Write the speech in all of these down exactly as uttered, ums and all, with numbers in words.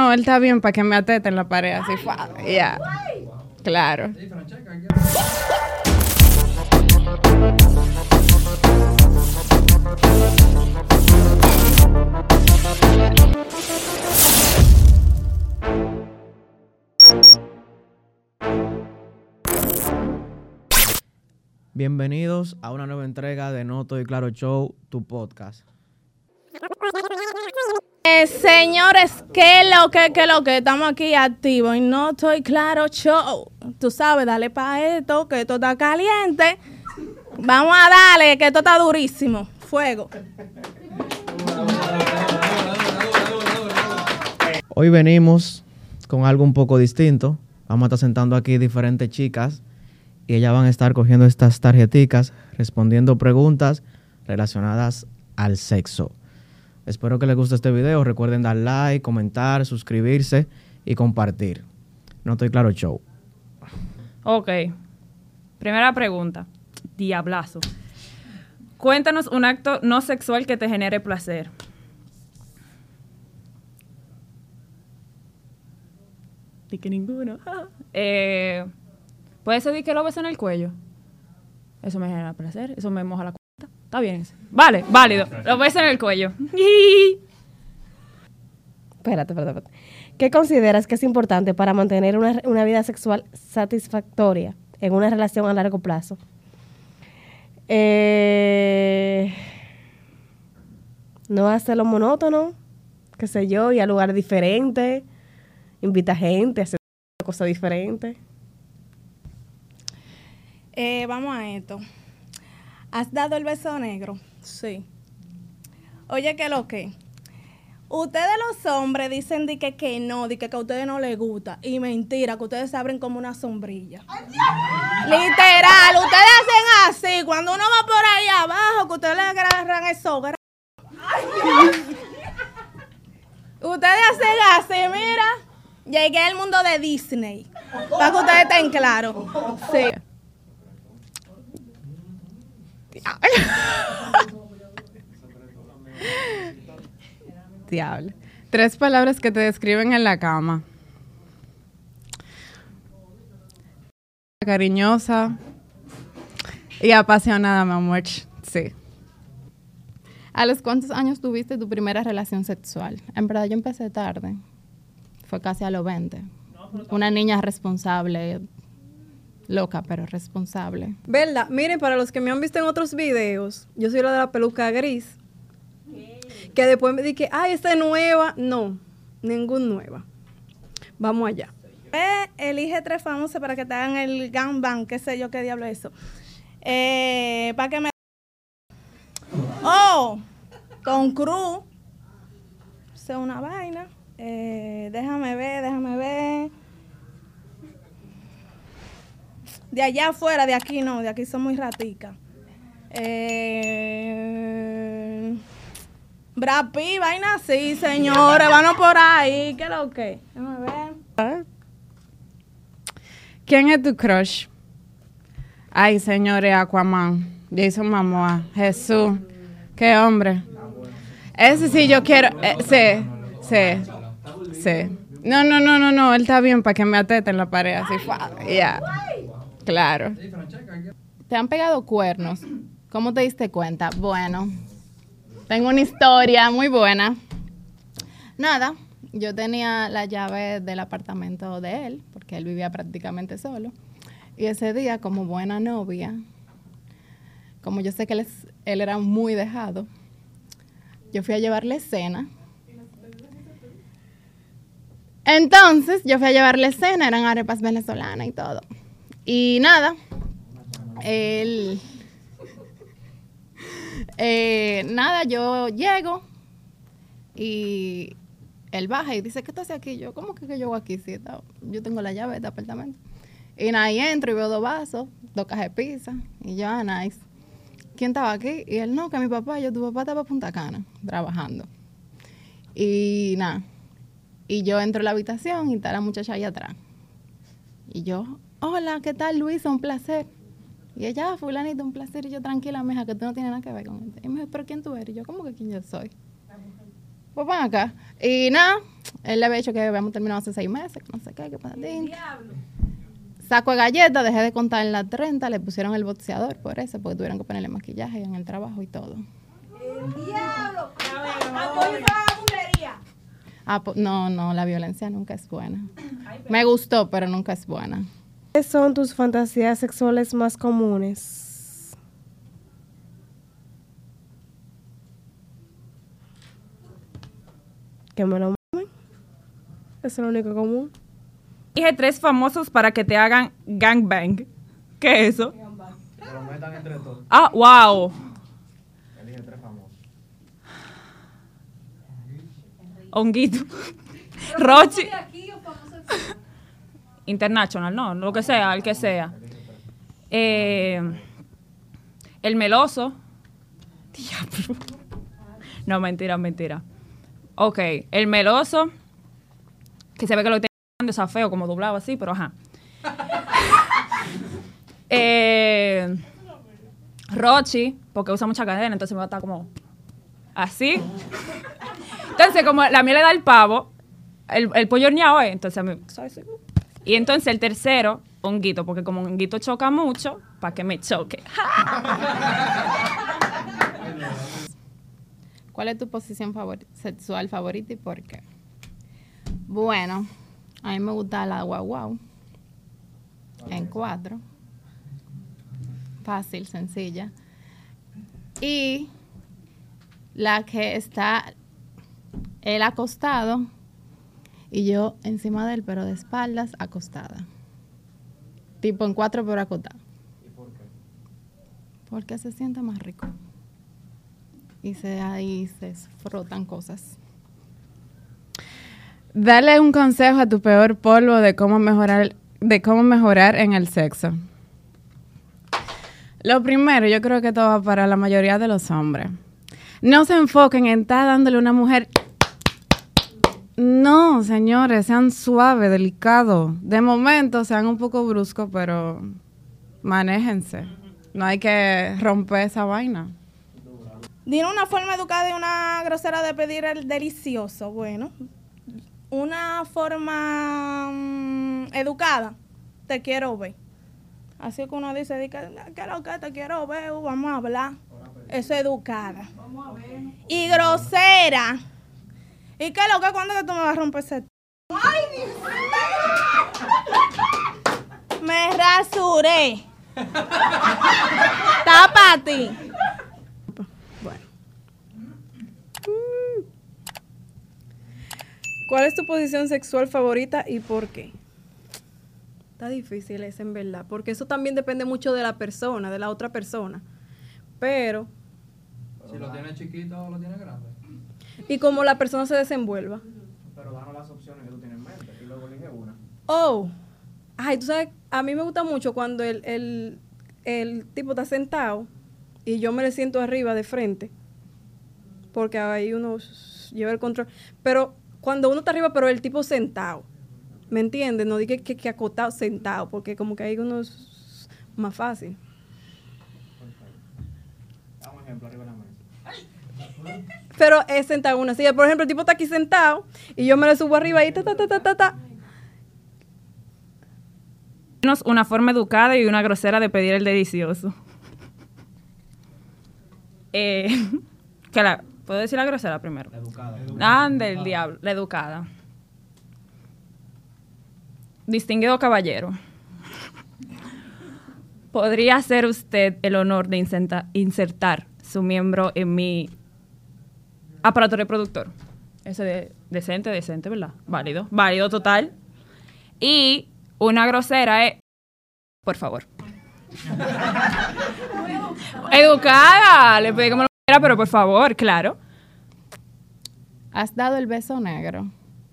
no, él está bien para que me atete en la pared así. Ya, yeah. Claro. Bienvenidos a una nueva entrega de No Estoy Claro Show, tu podcast. Eh, señores, ¿qué lo que, qué lo que? Estamos aquí activos y No Estoy Claro Show. Tú sabes, dale para esto, que esto está caliente. Vamos a darle, que esto está durísimo. Fuego. Hoy venimos con algo un poco distinto. Vamos a estar sentando aquí diferentes chicas y ellas van a estar cogiendo estas tarjeticas, respondiendo preguntas relacionadas al sexo. Espero que les guste este video. Recuerden dar like, comentar, suscribirse y compartir. No Estoy Claro Show. Ok. Primera pregunta. Diablazo. Cuéntanos un acto no sexual que te genere placer. Di que ninguno. eh, ¿Puede ser que lo beso en el cuello? Eso me genera placer. Eso me moja la cuenta. Está bien eso. Vale, válido. Lo beso en el cuello. Espérate, espérate, espérate. ¿Qué consideras que es importante para mantener una, una vida sexual satisfactoria en una relación a largo plazo? Eh, no hacerlo monótono, qué sé yo, ir a lugares diferentes, invita gente, hacer cosas diferentes. Eh, vamos a esto. ¿Has dado el beso negro? Sí. Oye, ¿qué lo que? Ustedes los hombres dicen de que, que no, de que, que a ustedes no les gusta. Y mentira, que ustedes se abren como una sombrilla. Literal, ustedes hacen así. Cuando uno va por ahí abajo, que ustedes le agarran eso. Ustedes hacen así, mira. Llegué al mundo de Disney. Para que ustedes estén claros. Sí. Diablo. Tres palabras que te describen en la cama. Cariñosa y apasionada, mi amor. Sí. ¿A los cuántos años tuviste tu primera relación sexual? En verdad yo empecé tarde. Fue casi a los veinte. Una niña responsable, loca, pero responsable. ¿Verdad? Miren, para los que me han visto en otros videos, yo soy la de la peluca gris. Que después me dije, ay, esta es nueva. No, ninguna nueva. Vamos allá. Eh, elige tres famosos para que te hagan el gangbang, qué sé yo, qué diablo es eso. Eh, para que me... Oh, Tom Cruise. Sé una vaina. Eh, déjame ver, déjame ver. De allá afuera, de aquí no, de aquí son muy raticas. Eh, Brad Pitt, vaina así, señores, vamos por ahí, ¿qué es lo que? Déjame ver. ¿Quién es tu crush? Ay, señores, Aquaman, Jason Momoa, Jesús, qué hombre. Ese sí yo quiero, eh, sí, sí, sí. No, no, no, no, no, él está bien para que me atete en la pared así, ya, yeah. Claro. ¿Te han pegado cuernos? ¿Cómo te diste cuenta? Bueno, tengo una historia muy buena. Nada, yo tenía la llave del apartamento de él, porque él vivía prácticamente solo. Y ese día, como buena novia, como yo sé que él, es, él era muy dejado, yo fui a llevarle cena. Entonces, yo fui a llevarle cena, eran arepas venezolanas y todo. Y nada, él... Eh, nada, yo llego y él baja y dice, ¿qué tú haces aquí? Yo, ¿cómo que, que yo hago aquí? Sí, está, yo tengo la llave de este apartamento. Y nada, y entro y veo dos vasos, dos cajas de pizza. Y yo, ah, nice. ¿Quién estaba aquí? Y él, no, que mi papá, yo, tu papá estaba en Punta Cana, trabajando. Y nada, y yo entro a la habitación y está la muchacha ahí atrás. Y yo, hola, ¿qué tal, Luisa? Un placer. Y ella, fulanito, un placer. Y yo, tranquila, mija, que tú no tienes nada que ver con él. Y me dijo, ¿pero quién tú eres? Y yo, ¿cómo que quién yo soy? pues van acá. Y nada, él le había dicho que habíamos terminado hace seis meses, que no sé qué, que patatín. Saco de galleta, dejé de contar en las treinta, le pusieron el boxeador por eso, porque tuvieron que ponerle maquillaje en el trabajo y todo. ¡El diablo! Apoyo esa vagabundería. Ah, pues, no, no, la violencia nunca es buena. Me gustó, pero nunca es buena. ¿Cuáles son tus fantasías sexuales más comunes? Que me lo mamen. Eso es lo único común. Dije tres famosos para que te hagan gangbang. ¿Qué es eso? Que lo metan entre todos. Ah, wow. Elige tres famosos. Honguito. Rochi. International, no, lo que sea, el que sea. Eh, el meloso. Diablo. No, mentira, mentira. Ok, el meloso. Que se ve que lo tengo esa feo, como doblado así, pero ajá. eh, Rochi, porque usa mucha cadena, entonces me va a estar como así. Entonces, como la miel le da el pavo, el, el pollo horneado, eh, entonces a mí, ¿sabes? Y entonces el tercero, Honguito, porque como Honguito choca mucho, para que me choque. ¿Cuál es tu posición favor- sexual favorita y por qué? Bueno, a mí me gusta la guau guau. En cuatro. Fácil, sencilla. Y la que está él acostado y yo encima de él, pero de espaldas, acostada. Tipo en cuatro, pero acostada. ¿Y por qué? Porque se siente más rico. Y se, ahí se frotan cosas. Dale un consejo a tu peor polvo de cómo mejorar, de cómo mejorar en el sexo. Lo primero, yo creo que esto va para la mayoría de los hombres. No se enfoquen en estar dándole a una mujer. No, señores, sean suaves, delicados. De momento sean un poco bruscos, pero manéjense. No hay que romper esa vaina. Dime una forma educada y una grosera de pedir el delicioso. Bueno, una forma mm, educada, te quiero ver. Así que uno dice, di que, ¿qué es lo que te quiero ver? Uh, vamos a hablar. Eso es educada. Y grosera. ¿Y qué es lo que cuando que tú me vas a romper ese? ¡Ay, Dios! Me rasuré. Está para ti. Bueno. Mm. ¿Cuál es tu posición sexual favorita y por qué? Está difícil ese, en verdad, porque eso también depende mucho de la persona, de la otra persona. Pero, Si lo tiene chiquito o lo tiene grande. y como la persona se desenvuelva. Pero danos las opciones que tú tienes en mente y luego elige una. Oh, ay, tú sabes, a mí me gusta mucho cuando el, el, el tipo está sentado y yo me le siento arriba de frente, porque ahí uno lleva el control. Pero cuando uno está arriba, pero el tipo sentado, ¿me entiendes? No diga que, que acostado, sentado, porque como que ahí uno es más fácil. Da un ejemplo arriba de la mesa. Pero es sentado en una silla. Por ejemplo, el tipo está aquí sentado y yo me le subo arriba y ta, ta, ta, ta, ta, ta. Una forma educada y una grosera de pedir el delicioso. Eh, que la, ¿puedo decir la grosera primero? Educada. Ande el diablo, la educada. Distinguido caballero, ¿podría hacer usted el honor de insenta- insertar su miembro en mi aparato reproductor? Ese de, decente, decente, ¿verdad? Válido, válido total. Y una grosera es, por favor. Educada, le pedí que me lo hiciera, pero por favor, claro. ¿Has dado el beso negro?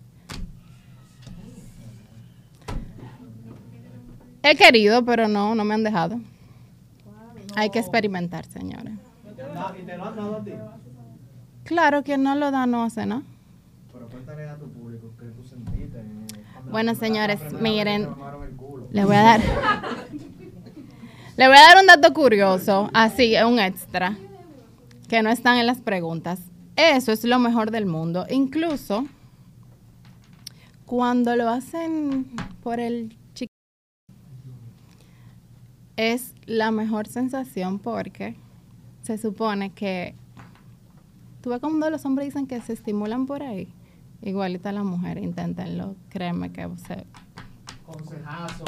He querido, pero no, no me han dejado. Hay que experimentar, señores. ¿Y te lo han dado a ti? Claro, quien no lo da no hace nada. Pero cuéntale a tu público que tú sentiste. cuando Bueno, la señores, primera vez miren. que te mamaron el culo. Le voy a dar. Le voy a dar un dato curioso, así, un extra, que no están en las preguntas. eso es lo mejor del mundo. Incluso cuando lo hacen por el chiquito, es la mejor sensación porque se supone que tú ves cuando los hombres dicen que se estimulan por ahí. Igualita la mujer, inténtenlo, créeme que se... Consejazo.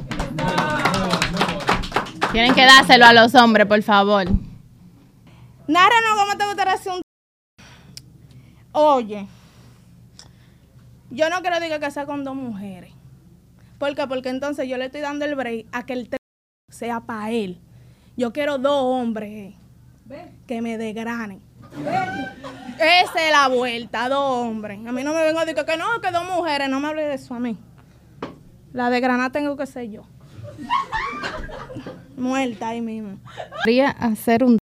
Tienen que dárselo a los hombres, por favor. Nara, no, ¿cómo te gustaría hacer un... Oye, yo no quiero decir que sea con dos mujeres. ¿Por qué? Porque entonces yo le estoy dando el break a que el sea para él. Yo quiero dos hombres eh, que me desgranen. Esa es la vuelta, dos hombres. A mí no me vengo a decir que no, que dos mujeres. No me hable de eso a mí. La desgranada tengo que ser yo. Muerta ahí mismo. Quería hacer un...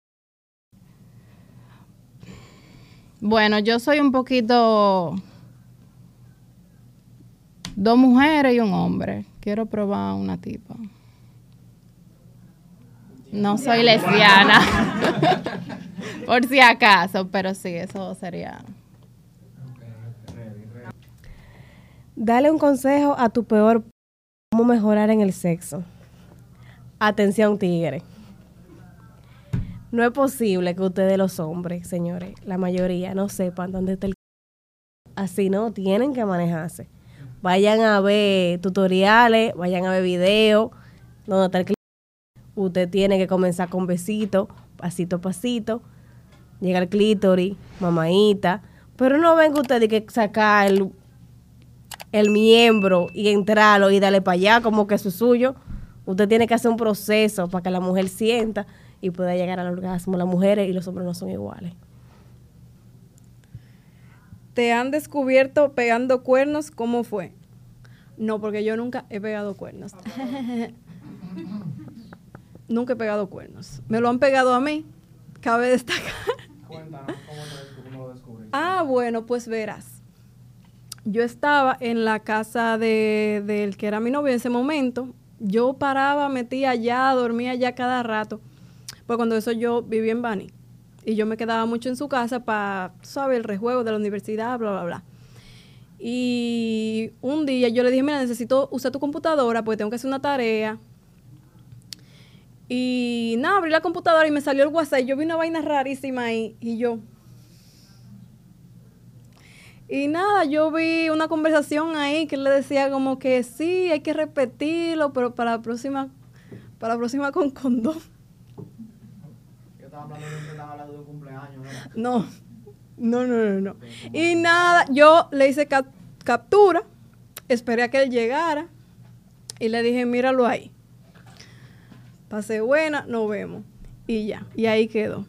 Bueno, yo soy un poquito... Dos mujeres y un hombre. Quiero probar una tipa. No soy lesbiana. Por si acaso, pero sí, eso sería... Dale un consejo a tu peor cómo mejorar en el sexo. Atención, tigre. No es posible que ustedes los hombres, señores, la mayoría, no sepan dónde está el... Así no, tienen que manejarse. Vayan a ver tutoriales, vayan a ver videos, donde está el clítoris. Usted tiene que comenzar con besitos, pasito a pasito, llega el clítoris, mamadita, pero no venga usted de que sacar el, el miembro y entrarlo y darle para allá como que eso es suyo. Usted tiene que hacer un proceso para que la mujer sienta y pueda llegar al orgasmo. Las mujeres y los hombres no son iguales. ¿Te han descubierto pegando cuernos? ¿Cómo fue? No, porque yo nunca he pegado cuernos. Nunca he pegado cuernos. Me lo han pegado a mí. Cabe destacar. Cuéntanos, ¿cómo lo descubriste? Ah, bueno, pues verás. Yo estaba en la casa de, del que era mi novio en ese momento. Yo paraba, metía allá, dormía allá cada rato. Pues cuando eso yo vivía en Bani. Y yo me quedaba mucho en su casa para, ¿sabes? El rejuego de la universidad, bla, bla, bla. Y un día yo le dije, mira, necesito usar tu computadora porque tengo que hacer una tarea. Y nada, abrí la computadora y me salió el WhatsApp. Y yo vi una vaina rarísima ahí. Y yo... Y nada, yo vi una conversación ahí que él le decía como que sí, hay que repetirlo, pero para la próxima, para la próxima con condón. Yo estaba hablando de, estaba hablando de un cumpleaños, ¿no? No, no, no, no, no. Y nada, yo le hice cap captura, esperé a que él llegara y le dije, míralo ahí. Pasé buena, nos vemos. Y ya, y ahí quedó.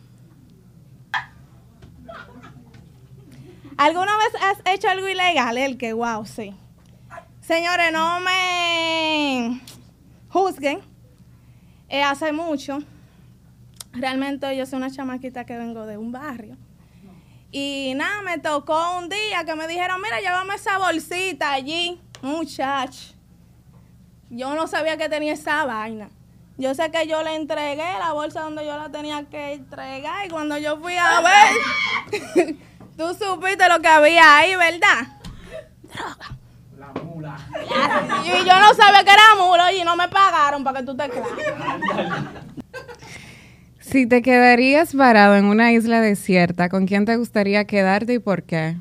¿Alguna vez has hecho algo ilegal? El que, wow, sí. Señores, no me juzguen. Eh, hace mucho, realmente yo soy una chamaquita que vengo de un barrio. Y nada, me tocó un día que me dijeron, mira, llévame esa bolsita allí. Muchacho, yo no sabía que tenía esa vaina. Yo sé que yo le entregué la bolsa donde yo la tenía que entregar y cuando yo fui a ver... Tú supiste lo que había ahí, ¿verdad? Droga. La mula. Y yo no sabía que era mula y no me pagaron para que tú te claves. Si te quedarías varado en una isla desierta, ¿con quién te gustaría quedarte y por qué?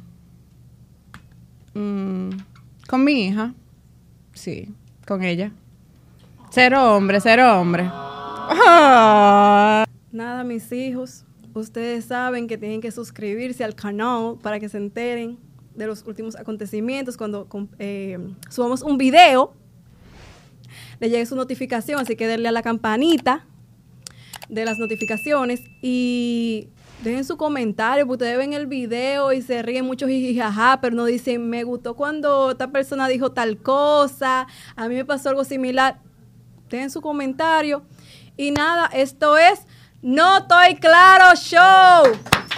Mm, con mi hija. Sí, con ella. Cero hombre, cero hombre. Ah. Nada, mis hijos. Ustedes saben que tienen que suscribirse al canal para que se enteren de los últimos acontecimientos. Cuando eh, subamos un video, le llegue su notificación, así que denle a la campanita de las notificaciones y dejen su comentario, porque ustedes ven el video y se ríen mucho jijijaja, pero no dicen, me gustó cuando esta persona dijo tal cosa, a mí me pasó algo similar. Dejen su comentario. Y nada, esto es... No Estoy Claro Show.